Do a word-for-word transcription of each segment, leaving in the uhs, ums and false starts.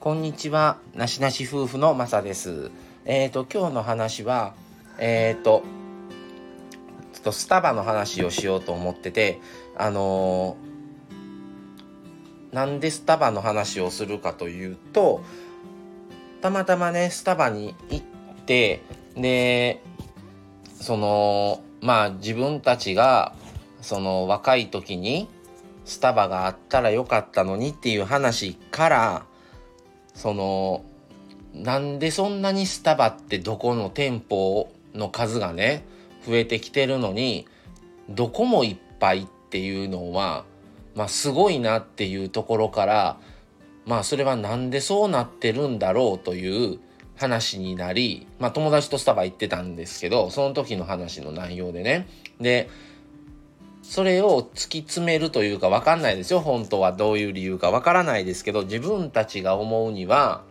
こんにちは、なしなし夫婦のまさです。えーと今日の話はえーとちょっとスタバの話をしようと思ってて、あのーなんでスタバの話をするかというと、たまたまねスタバに行って、でそのまあ自分たちがその若い時にスタバがあったらよかったのにっていう話から、そのなんでそんなにスタバってどこの店舗の数がね増えてきてるのにどこもいっぱいっていうのはまあすごいなっていうところから、まあそれはなんでそうなってるんだろうという話になり、まあ友達とスタバ行ってたんですけど、その時の話の内容でね、でそれを突き詰めるというか、分かんないですよ、本当はどういう理由か分からないですけど、自分たちが思うには、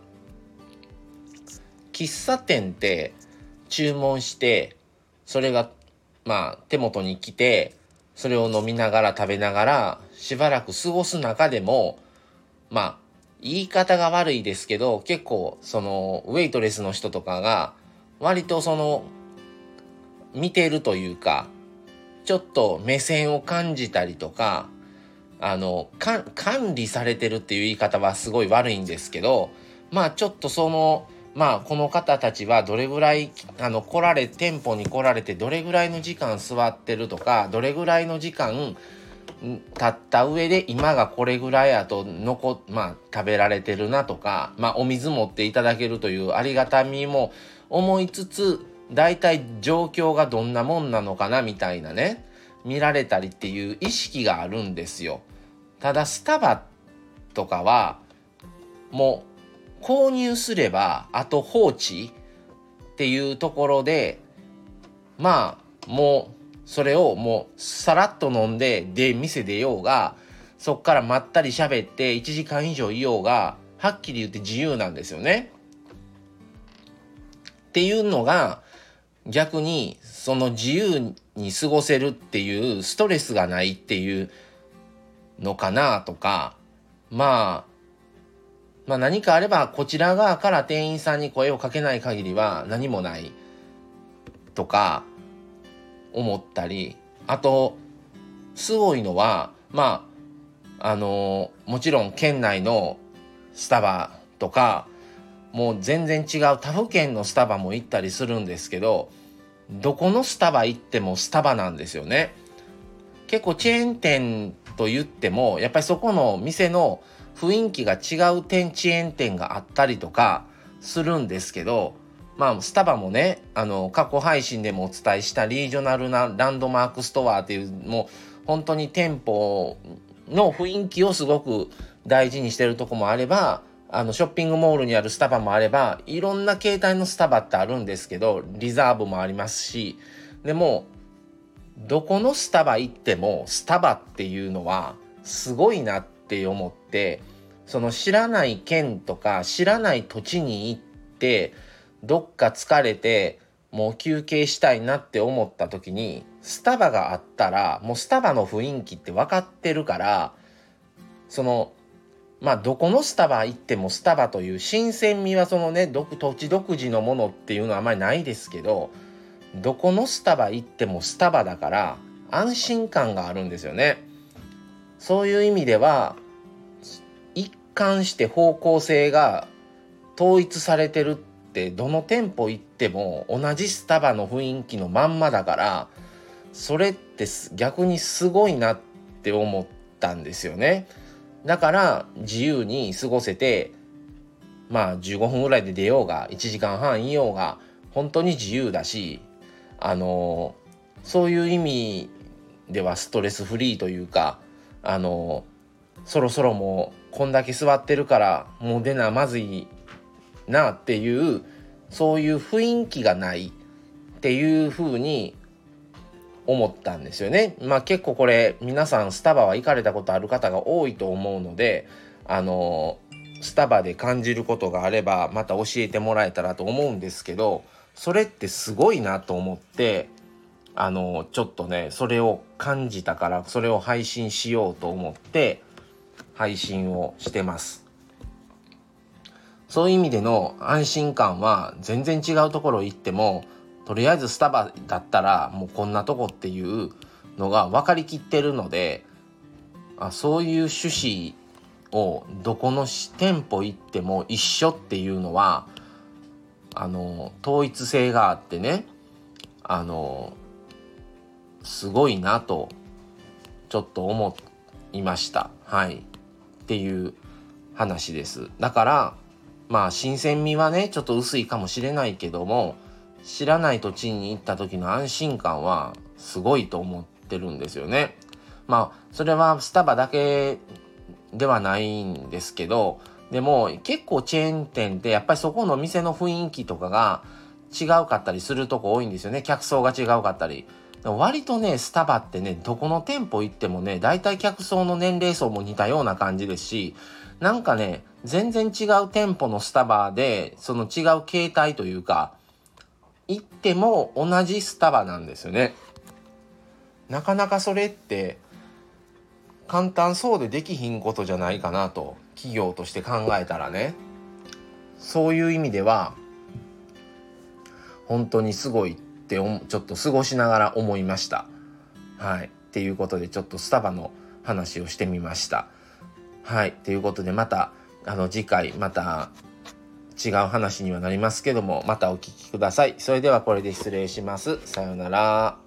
喫茶店って注文してそれがまあ手元に来て、それを飲みながら食べながらしばらく過ごす中でも、まあ言い方が悪いですけど、結構そのウェイトレスの人とかが割とその見てるというか、ちょっと目線を感じたりとか、あのか管理されてるっていう言い方はすごい悪いんですけど、まあちょっとそのまあこの方たちはどれぐらいあの来られ店舗に来られてどれぐらいの時間座ってるとか、どれぐらいの時間経った上で今がこれぐらいあと残まあ食べられてるなとか、まあお水持っていただけるというありがたみも思いつつ、だいたい状況がどんなもんなのかなみたいなね、見られたりっていう意識があるんですよ。ただスタバとかはもう購入すればあと放置っていうところで、まあもうそれをもうさらっと飲んでで店出ようが、そっからまったり喋っていちじかん以上いようが、はっきり言って自由なんですよね。っていうのが逆にその自由に過ごせるっていうストレスがないっていうのかなとか、まあまあ何かあればこちら側から店員さんに声をかけない限りは何もないとか思ったり、あとすごいのはまああのもちろん県内のスタバとかもう全然違う他府県のスタバも行ったりするんですけど、どこのスタバ行ってもスタバなんですよね。結構チェーン店と言ってもやっぱりそこの店の雰囲気が違う店チェーン店があったりとかするんですけど、まあスタバもね、あの過去配信でもお伝えしたリージョナルなランドマークストアっていう、もう本当に店舗の雰囲気をすごく大事にしてるとこもあれば、あのショッピングモールにあるスタバもあれば、いろんな形態のスタバってあるんですけど、リザーブもありますし、でもどこのスタバ行ってもスタバっていうのはすごいなって思って、その知らない県とか知らない土地に行ってどっか疲れてもう休憩したいなって思った時にスタバがあったら、もうスタバの雰囲気って分かってるから、そのまあどこのスタバ行ってもスタバという新鮮味はそのね土地独自のものっていうのはあまりないですけど、どこのスタバ行ってもスタバだから安心感があるんですよね。そういう意味では一貫して方向性が統一されてるって、どの店舗行っても同じスタバの雰囲気のまんまだから、それって逆にすごいなって思ったんですよね。だから自由に過ごせて、まあじゅうごふんぐらいで出ようがいちじかんはんいようが本当に自由だし、あのそういう意味ではストレスフリーというか、あのそろそろもうこんだけ座ってるからもう出なまずいなっていう、そういう雰囲気がないっていう風に思ったんですよね。まあ結構これ皆さんスタバは行かれたことある方が多いと思うので、あのスタバで感じることがあればまた教えてもらえたらと思うんですけど、それってすごいなと思って、あのちょっとねそれを感じたから、それを配信しようと思って配信をしてます。 そういう意味での安心感は全然違うところ行っても、とりあえずスタバだったらもうこんなとこっていうのが分かりきってるので、あ、そういう趣旨をどこの店舗行っても一緒っていうのはあの統一性があってね、あのすごいなとちょっと思いました。はいっていう話です。だからまあ新鮮味はねちょっと薄いかもしれないけども、知らない土地に行った時の安心感はすごいと思ってるんですよね。まあそれはスタバだけではないんですけど、でも結構チェーン店ってやっぱりそこの店の雰囲気とかが違うかったりするとこ多いんですよね。客層が違うかったり。割とねスタバってねどこの店舗行ってもね大体客層の年齢層も似たような感じですし、なんかね全然違う店舗のスタバでその違う形態というか行っても同じスタバなんですよね。なかなかそれって簡単そうでできひんことじゃないかなと、企業として考えたらね。そういう意味では本当にすごいってちょっと過ごしながら思いました。はいっていうことでちょっとスタバの話をしてみました。はいということでまたあの次回また違う話にはなりますけども、またお聞きください。それではこれで失礼します。さようなら。